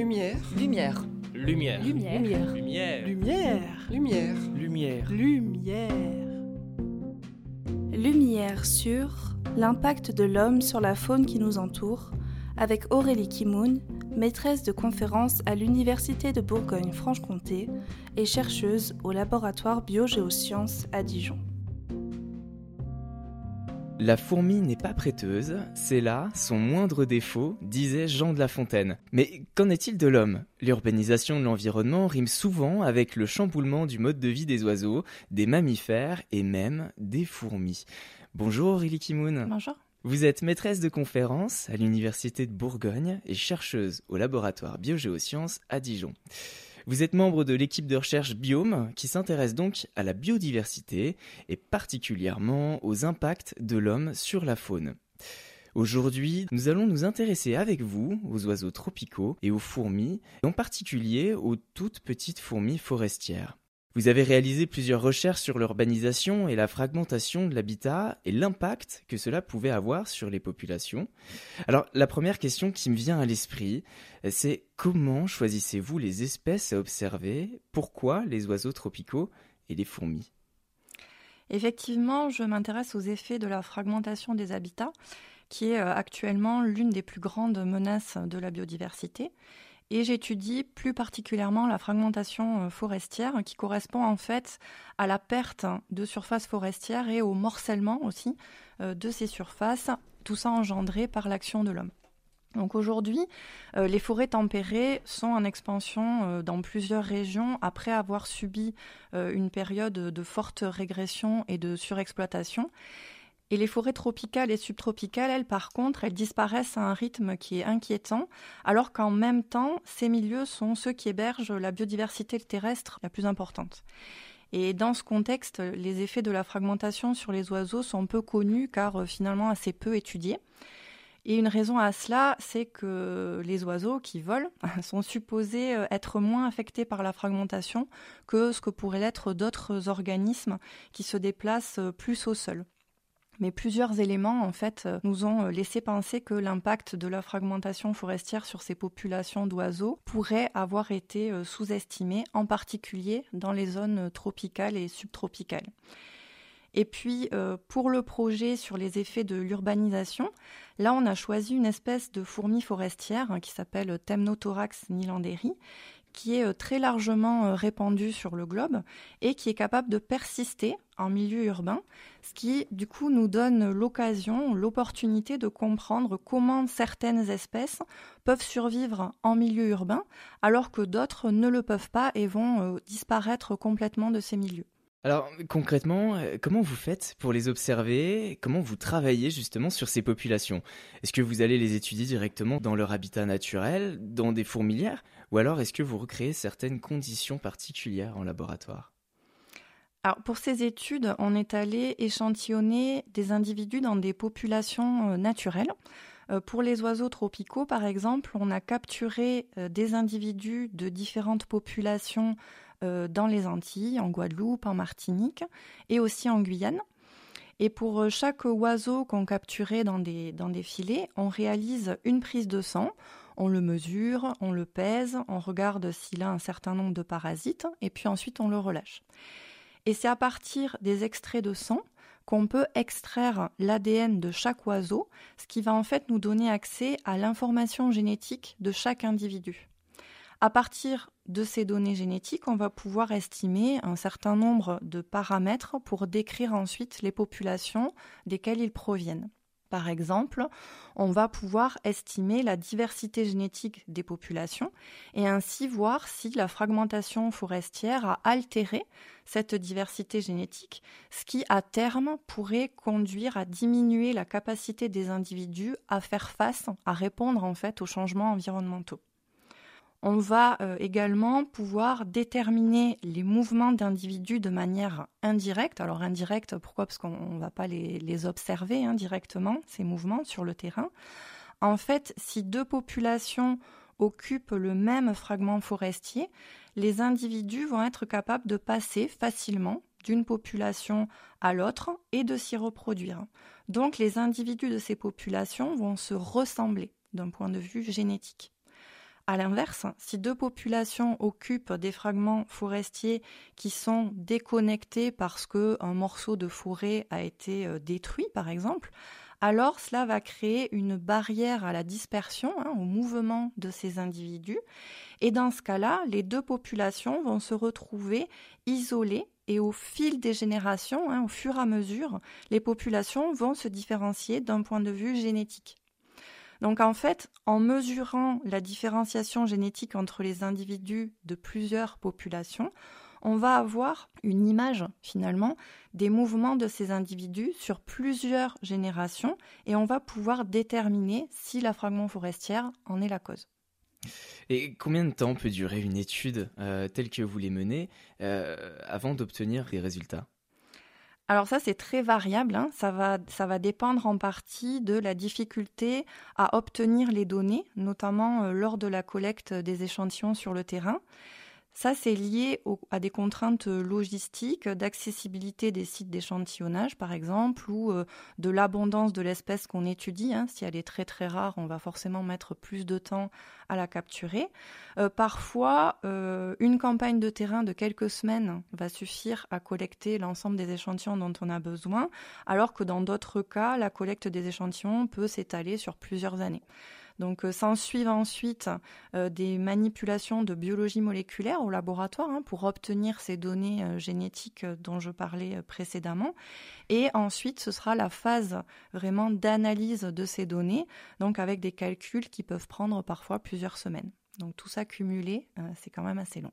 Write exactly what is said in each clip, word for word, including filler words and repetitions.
Lumière. Lumière. Lumière. Lumière. Lumière. Lumière. Lumière. Lumière. Lumière. Lumière sur l'impact de l'homme sur la faune qui nous entoure, avec Aurélie Kimoun, maîtresse de conférences à l'Université de Bourgogne-Franche-Comté et chercheuse au laboratoire Biogéosciences à Dijon. La fourmi n'est pas prêteuse, c'est là son moindre défaut, disait Jean de La Fontaine. Mais qu'en est-il de l'homme ? L'urbanisation de l'environnement rime souvent avec le chamboulement du mode de vie des oiseaux, des mammifères et même des fourmis. Bonjour Aurélie Kimoun. Bonjour. Vous êtes maîtresse de conférences à l'Université de Bourgogne et chercheuse au laboratoire Biogéosciences à Dijon. Vous êtes membre de l'équipe de recherche Biome qui s'intéresse donc à la biodiversité et particulièrement aux impacts de l'homme sur la faune. Aujourd'hui, nous allons nous intéresser avec vous aux oiseaux tropicaux et aux fourmis, et en particulier aux toutes petites fourmis forestières. Vous avez réalisé plusieurs recherches sur l'urbanisation et la fragmentation de l'habitat et l'impact que cela pouvait avoir sur les populations. Alors, la première question qui me vient à l'esprit, c'est comment choisissez-vous les espèces à observer ? Pourquoi les oiseaux tropicaux et les fourmis ? Effectivement, je m'intéresse aux effets de la fragmentation des habitats, qui est actuellement l'une des plus grandes menaces de la biodiversité. Et j'étudie plus particulièrement la fragmentation forestière qui correspond en fait à la perte de surfaces forestières et au morcellement aussi de ces surfaces, tout ça engendré par l'action de l'homme. Donc aujourd'hui, les forêts tempérées sont en expansion dans plusieurs régions après avoir subi une période de forte régression et de surexploitation. Et les forêts tropicales et subtropicales, elles, par contre, elles disparaissent à un rythme qui est inquiétant, alors qu'en même temps, ces milieux sont ceux qui hébergent la biodiversité terrestre la plus importante. Et dans ce contexte, les effets de la fragmentation sur les oiseaux sont peu connus, car finalement assez peu étudiés. Et une raison à cela, c'est que les oiseaux qui volent sont supposés être moins affectés par la fragmentation que ce que pourraient l'être d'autres organismes qui se déplacent plus au sol. Mais plusieurs éléments, en fait, nous ont laissé penser que l'impact de la fragmentation forestière sur ces populations d'oiseaux pourrait avoir été sous-estimé, en particulier dans les zones tropicales et subtropicales. Et puis, euh, pour le projet sur les effets de l'urbanisation, là, on a choisi une espèce de fourmi forestière hein, qui s'appelle Temnothorax nilanderi, qui est très largement répandue sur le globe et qui est capable de persister en milieu urbain, ce qui, du coup, nous donne l'occasion, l'opportunité de comprendre comment certaines espèces peuvent survivre en milieu urbain, alors que d'autres ne le peuvent pas et vont euh, disparaître complètement de ces milieux. Alors concrètement, comment vous faites pour les observer ? Comment vous travaillez justement sur ces populations ? Est-ce que vous allez les étudier directement dans leur habitat naturel, dans des fourmilières ? Ou alors est-ce que vous recréez certaines conditions particulières en laboratoire ? Alors pour ces études, on est allé échantillonner des individus dans des populations naturelles. Pour les oiseaux tropicaux, par exemple, on a capturé des individus de différentes populations dans les Antilles, en Guadeloupe, en Martinique et aussi en Guyane. Et pour chaque oiseau qu'on capturait dans des, dans des filets, on réalise une prise de sang, on le mesure, on le pèse, on regarde s'il a un certain nombre de parasites et puis ensuite on le relâche. Et c'est à partir des extraits de sang qu'on peut extraire l'A D N de chaque oiseau, ce qui va en fait nous donner accès à l'information génétique de chaque individu. À partir de ces données génétiques, on va pouvoir estimer un certain nombre de paramètres pour décrire ensuite les populations desquelles ils proviennent. Par exemple, on va pouvoir estimer la diversité génétique des populations et ainsi voir si la fragmentation forestière a altéré cette diversité génétique, ce qui à terme pourrait conduire à diminuer la capacité des individus à faire face, à répondre en fait aux changements environnementaux. On va euh, également pouvoir déterminer les mouvements d'individus de manière indirecte. Alors indirecte, pourquoi ? Parce qu'on ne va pas les, les observer hein, directement, ces mouvements sur le terrain. En fait, si deux populations occupent le même fragment forestier, les individus vont être capables de passer facilement d'une population à l'autre et de s'y reproduire. Donc les individus de ces populations vont se ressembler d'un point de vue génétique. À l'inverse, si deux populations occupent des fragments forestiers qui sont déconnectés parce qu'un morceau de forêt a été détruit, par exemple, alors cela va créer une barrière à la dispersion, hein, au mouvement de ces individus. Et dans ce cas-là, les deux populations vont se retrouver isolées et au fil des générations, hein, au fur et à mesure, les populations vont se différencier d'un point de vue génétique. Donc en fait, en mesurant la différenciation génétique entre les individus de plusieurs populations, on va avoir une image finalement des mouvements de ces individus sur plusieurs générations et on va pouvoir déterminer si la fragment forestière en est la cause. Et combien de temps peut durer une étude euh, telle que vous les menez euh, avant d'obtenir des résultats ? Alors ça, c'est très variable, hein. ça va, ça va dépendre en partie de la difficulté à obtenir les données, notamment euh, lors de la collecte des échantillons sur le terrain. Ça, c'est lié au, à des contraintes logistiques, d'accessibilité des sites d'échantillonnage, par exemple, ou euh, de l'abondance de l'espèce qu'on étudie. Hein. Si elle est très très rare, on va forcément mettre plus de temps à la capturer. Euh, parfois, euh, une campagne de terrain de quelques semaines va suffire à collecter l'ensemble des échantillons dont on a besoin, alors que dans d'autres cas, la collecte des échantillons peut s'étaler sur plusieurs années. Donc, euh, s'en suivent ensuite euh, des manipulations de biologie moléculaire au laboratoire hein, pour obtenir ces données euh, génétiques dont je parlais euh, précédemment. Et ensuite, ce sera la phase vraiment d'analyse de ces données, donc avec des calculs qui peuvent prendre parfois plusieurs semaines. Donc, tout ça cumulé, euh, c'est quand même assez long.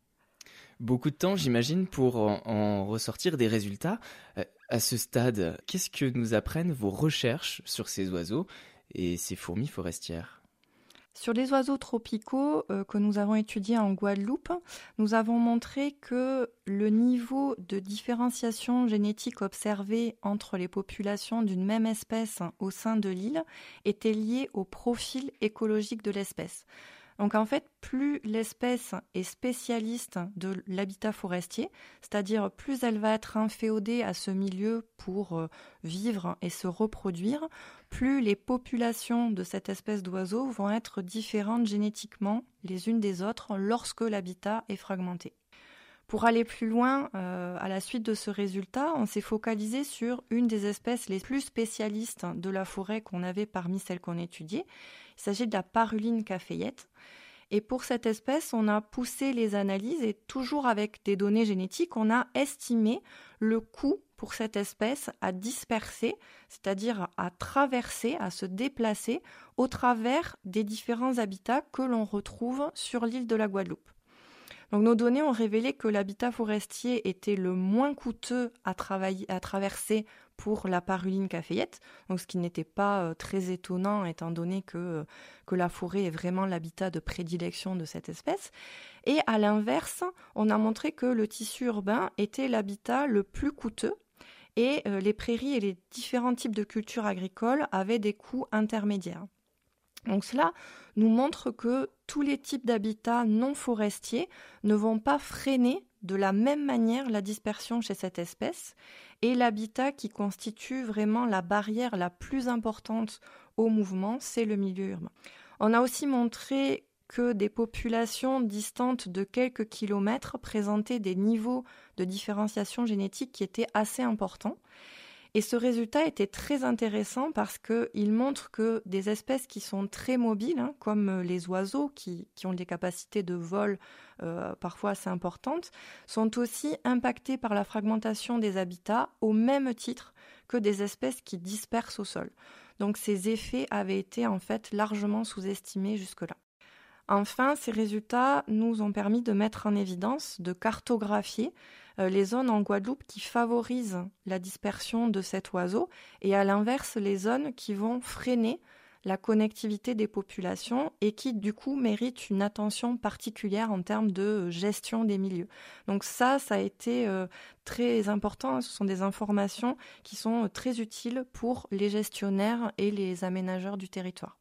Beaucoup de temps, j'imagine, pour en, en ressortir des résultats. Euh, à ce stade, qu'est-ce que nous apprennent vos recherches sur ces oiseaux et ces fourmis forestières ? Sur les oiseaux tropicaux euh, que nous avons étudiés en Guadeloupe, nous avons montré que le niveau de différenciation génétique observé entre les populations d'une même espèce au sein de l'île était lié au profil écologique de l'espèce. Donc en fait, plus l'espèce est spécialiste de l'habitat forestier, c'est-à-dire plus elle va être inféodée à ce milieu pour euh, vivre et se reproduire, plus les populations de cette espèce d'oiseau vont être différentes génétiquement les unes des autres lorsque l'habitat est fragmenté. Pour aller plus loin, euh, à la suite de ce résultat, on s'est focalisé sur une des espèces les plus spécialistes de la forêt qu'on avait parmi celles qu'on étudiait. Il s'agit de la paruline caféiette. Et pour cette espèce, on a poussé les analyses et toujours avec des données génétiques, on a estimé le coût pour cette espèce à disperser, c'est-à-dire à traverser, à se déplacer au travers des différents habitats que l'on retrouve sur l'île de la Guadeloupe. Donc, nos données ont révélé que l'habitat forestier était le moins coûteux à, travailler, à traverser pour la paruline caféiette, donc ce qui n'était pas euh, très étonnant étant donné que, euh, que la forêt est vraiment l'habitat de prédilection de cette espèce. Et à l'inverse, on a montré que le tissu urbain était l'habitat le plus coûteux et euh, les prairies et les différents types de cultures agricoles avaient des coûts intermédiaires. Donc cela nous montre que tous les types d'habitats non forestiers ne vont pas freiner de la même manière la dispersion chez cette espèce et l'habitat qui constitue vraiment la barrière la plus importante au mouvement, c'est le milieu urbain. On a aussi montré que des populations distantes de quelques kilomètres présentaient des niveaux de différenciation génétique qui étaient assez importants. Et ce résultat était très intéressant parce qu'il montre que des espèces qui sont très mobiles, hein, comme les oiseaux qui, qui ont des capacités de vol euh, parfois assez importantes, sont aussi impactées par la fragmentation des habitats au même titre que des espèces qui dispersent au sol. Donc ces effets avaient été en fait largement sous-estimés jusque-là. Enfin, ces résultats nous ont permis de mettre en évidence, de cartographier euh, les zones en Guadeloupe qui favorisent la dispersion de cet oiseau et à l'inverse, les zones qui vont freiner la connectivité des populations et qui, du coup, méritent une attention particulière en termes de gestion des milieux. Donc ça, ça a été euh, très important. Ce sont des informations qui sont très utiles pour les gestionnaires et les aménageurs du territoire.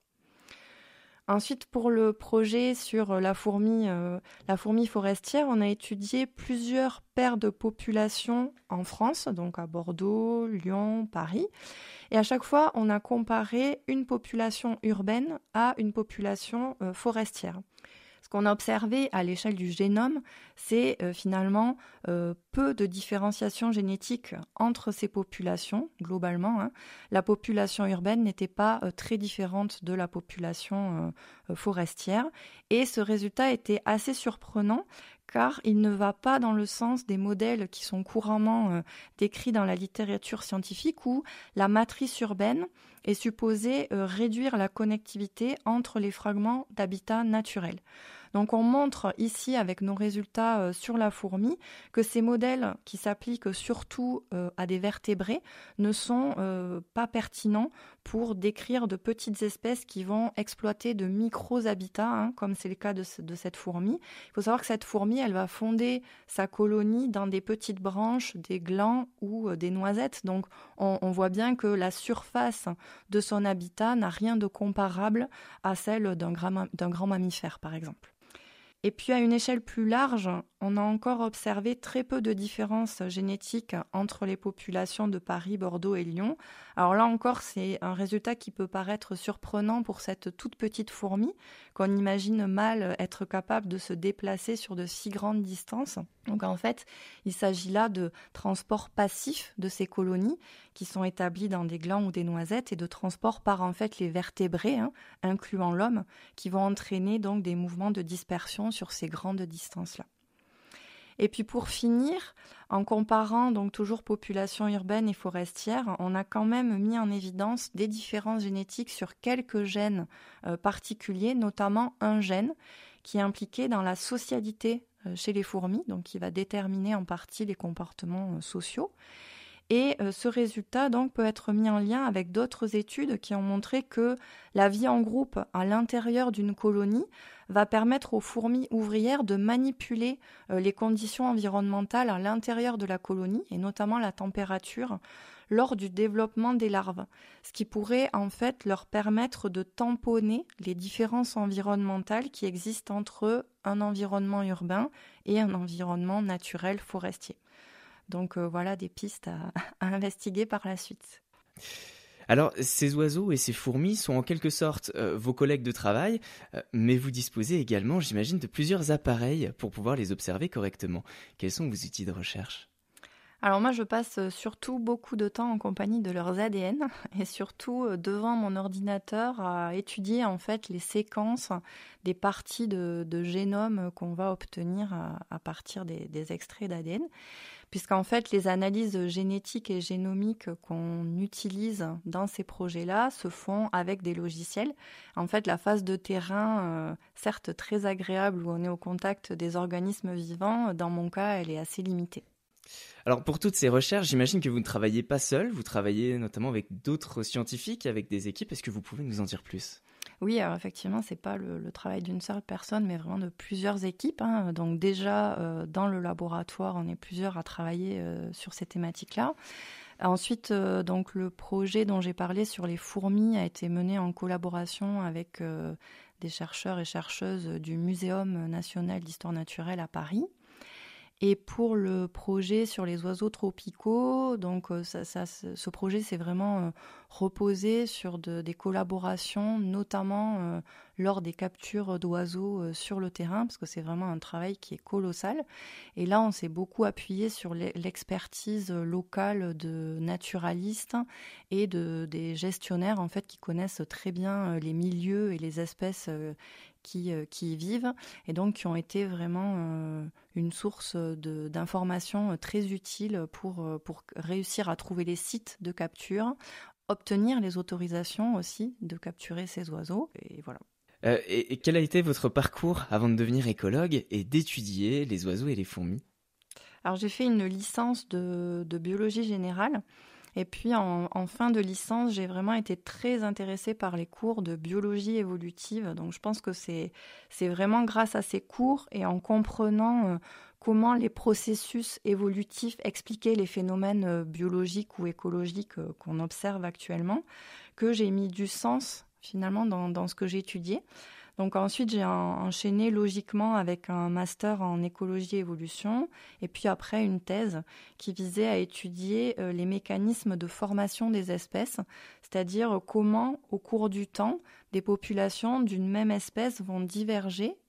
Ensuite, pour le projet sur la fourmi, euh, la fourmi forestière, on a étudié plusieurs paires de populations en France, donc à Bordeaux, Lyon, Paris. Et à chaque fois, on a comparé une population urbaine à une population euh, forestière. qu'on a observé à l'échelle du génome, c'est euh, finalement euh, peu de différenciation génétique entre ces populations, globalement. Hein. La population urbaine n'était pas euh, très différente de la population euh, forestière. Et ce résultat était assez surprenant, car il ne va pas dans le sens des modèles qui sont couramment euh, décrits dans la littérature scientifique, où la matrice urbaine est supposée euh, réduire la connectivité entre les fragments d'habitat naturel. Donc on montre ici avec nos résultats euh, sur la fourmi que ces modèles qui s'appliquent surtout euh, à des vertébrés ne sont euh, pas pertinents pour décrire de petites espèces qui vont exploiter de micro-habitats, hein, comme c'est le cas de, ce, de cette fourmi. Il faut savoir que cette fourmi, elle va fonder sa colonie dans des petites branches, des glands ou euh, des noisettes. Donc on, on voit bien que la surface de son habitat n'a rien de comparable à celle d'un grand, d'un grand mammifère, par exemple. Et puis à une échelle plus large, on a encore observé très peu de différences génétiques entre les populations de Paris, Bordeaux et Lyon. Alors là encore, c'est un résultat qui peut paraître surprenant pour cette toute petite fourmi, qu'on imagine mal être capable de se déplacer sur de si grandes distances. Donc en fait, il s'agit là de transport passif de ces colonies qui sont établies dans des glands ou des noisettes et de transport par en fait les vertébrés, hein, incluant l'homme, qui vont entraîner donc des mouvements de dispersion sur ces grandes distances-là. Et puis pour finir, en comparant donc toujours population urbaine et forestière, on a quand même mis en évidence des différences génétiques sur quelques gènes euh, particuliers, notamment un gène qui est impliqué dans la socialité euh, chez les fourmis, donc qui va déterminer en partie les comportements euh, sociaux. Et euh, ce résultat donc peut être mis en lien avec d'autres études qui ont montré que la vie en groupe à l'intérieur d'une colonie va permettre aux fourmis ouvrières de manipuler euh, les conditions environnementales à l'intérieur de la colonie, et notamment la température, lors du développement des larves, ce qui pourrait en fait leur permettre de tamponner les différences environnementales qui existent entre un environnement urbain et un environnement naturel forestier. Donc euh, voilà des pistes à, à investiguer par la suite. Alors, ces oiseaux et ces fourmis sont en quelque sorte euh, vos collègues de travail, euh, mais vous disposez également, j'imagine, de plusieurs appareils pour pouvoir les observer correctement. Quels sont vos outils de recherche ? Alors moi, je passe surtout beaucoup de temps en compagnie de leurs A D N et surtout devant mon ordinateur à étudier en fait les séquences des parties de, de génome qu'on va obtenir à, à partir des, des extraits d'A D N. Puisqu'en fait, les analyses génétiques et génomiques qu'on utilise dans ces projets-là se font avec des logiciels. En fait, la phase de terrain, euh, certes très agréable, où on est au contact des organismes vivants, dans mon cas, elle est assez limitée. Alors pour toutes ces recherches, j'imagine que vous ne travaillez pas seul, vous travaillez notamment avec d'autres scientifiques, avec des équipes. Est-ce que vous pouvez nous en dire plus ? Oui, alors effectivement, ce n'est pas le, le travail d'une seule personne, mais vraiment de plusieurs équipes. Hein. Donc déjà, euh, dans le laboratoire, on est plusieurs à travailler euh, sur ces thématiques-là. Ensuite, euh, donc, le projet dont j'ai parlé sur les fourmis a été mené en collaboration avec euh, des chercheurs et chercheuses du Muséum national d'histoire naturelle à Paris. Et pour le projet sur les oiseaux tropicaux, donc ça, ça, ce projet s'est vraiment euh, reposé sur de, des collaborations, notamment euh, lors des captures d'oiseaux euh, sur le terrain, parce que c'est vraiment un travail qui est colossal. Et là, on s'est beaucoup appuyé sur l'expertise locale de naturalistes et de, des gestionnaires en fait, qui connaissent très bien les milieux et les espèces euh, Qui, euh, qui y vivent et donc qui ont été vraiment euh, une source de, d'informations très utile pour, pour réussir à trouver les sites de capture, obtenir les autorisations aussi de capturer ces oiseaux. Et voilà. Euh, et, et quel a été votre parcours avant de devenir écologue et d'étudier les oiseaux et les fourmis ? Alors j'ai fait une licence de, de biologie générale. Et puis en, en fin de licence, j'ai vraiment été très intéressée par les cours de biologie évolutive. Donc je pense que c'est, c'est vraiment grâce à ces cours et en comprenant euh, comment les processus évolutifs expliquaient les phénomènes euh, biologiques ou écologiques euh, qu'on observe actuellement que j'ai mis du sens finalement dans, dans ce que j'ai étudié. Donc ensuite, j'ai enchaîné logiquement avec un master en écologie et évolution et puis après une thèse qui visait à étudier euh, les mécanismes de formation des espèces, c'est-à-dire comment, au cours du temps, des populations d'une même espèce vont diverger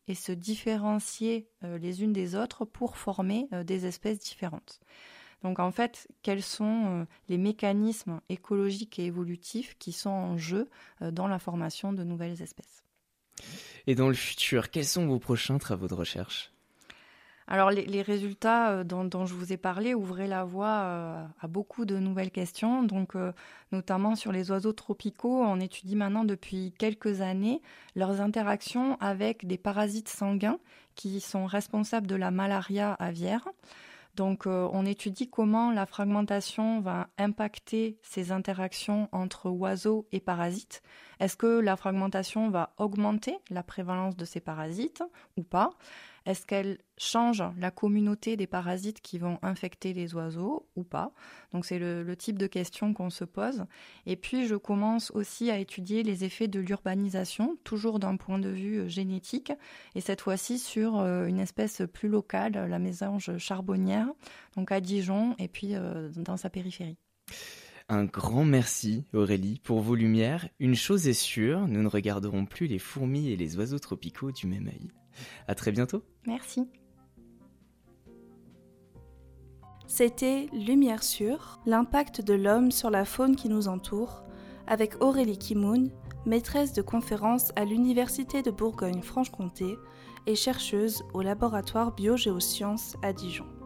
et se différencier euh, les unes des autres pour former euh, des espèces différentes. Donc en fait, quels sont euh, les mécanismes écologiques et évolutifs qui sont en jeu euh, dans la formation de nouvelles espèces. Et dans le futur, quels sont vos prochains travaux de recherche ? Alors les, les résultats dont, dont je vous ai parlé ouvraient la voie euh, à beaucoup de nouvelles questions, donc euh, notamment sur les oiseaux tropicaux. On étudie maintenant depuis quelques années leurs interactions avec des parasites sanguins qui sont responsables de la malaria aviaire. Donc euh, on étudie comment la fragmentation va impacter ces interactions entre oiseaux et parasites. Est-ce que la fragmentation va augmenter la prévalence de ces parasites ou pas ? Est-ce qu'elle change la communauté des parasites qui vont infecter les oiseaux ou pas ? Donc c'est le, le type de questions qu'on se pose. Et puis je commence aussi à étudier les effets de l'urbanisation, toujours d'un point de vue génétique, et cette fois-ci sur une espèce plus locale, la mésange charbonnière, donc à Dijon et puis dans sa périphérie. Un grand merci Aurélie pour vos lumières. Une chose est sûre, nous ne regarderons plus les fourmis et les oiseaux tropicaux du même œil. À très bientôt. Merci. C'était Lumière sur l'impact de l'homme sur la faune qui nous entoure, avec Aurélie Kimoun, maîtresse de conférences à l'Université de Bourgogne-Franche-Comté et chercheuse au laboratoire Biogéosciences à Dijon.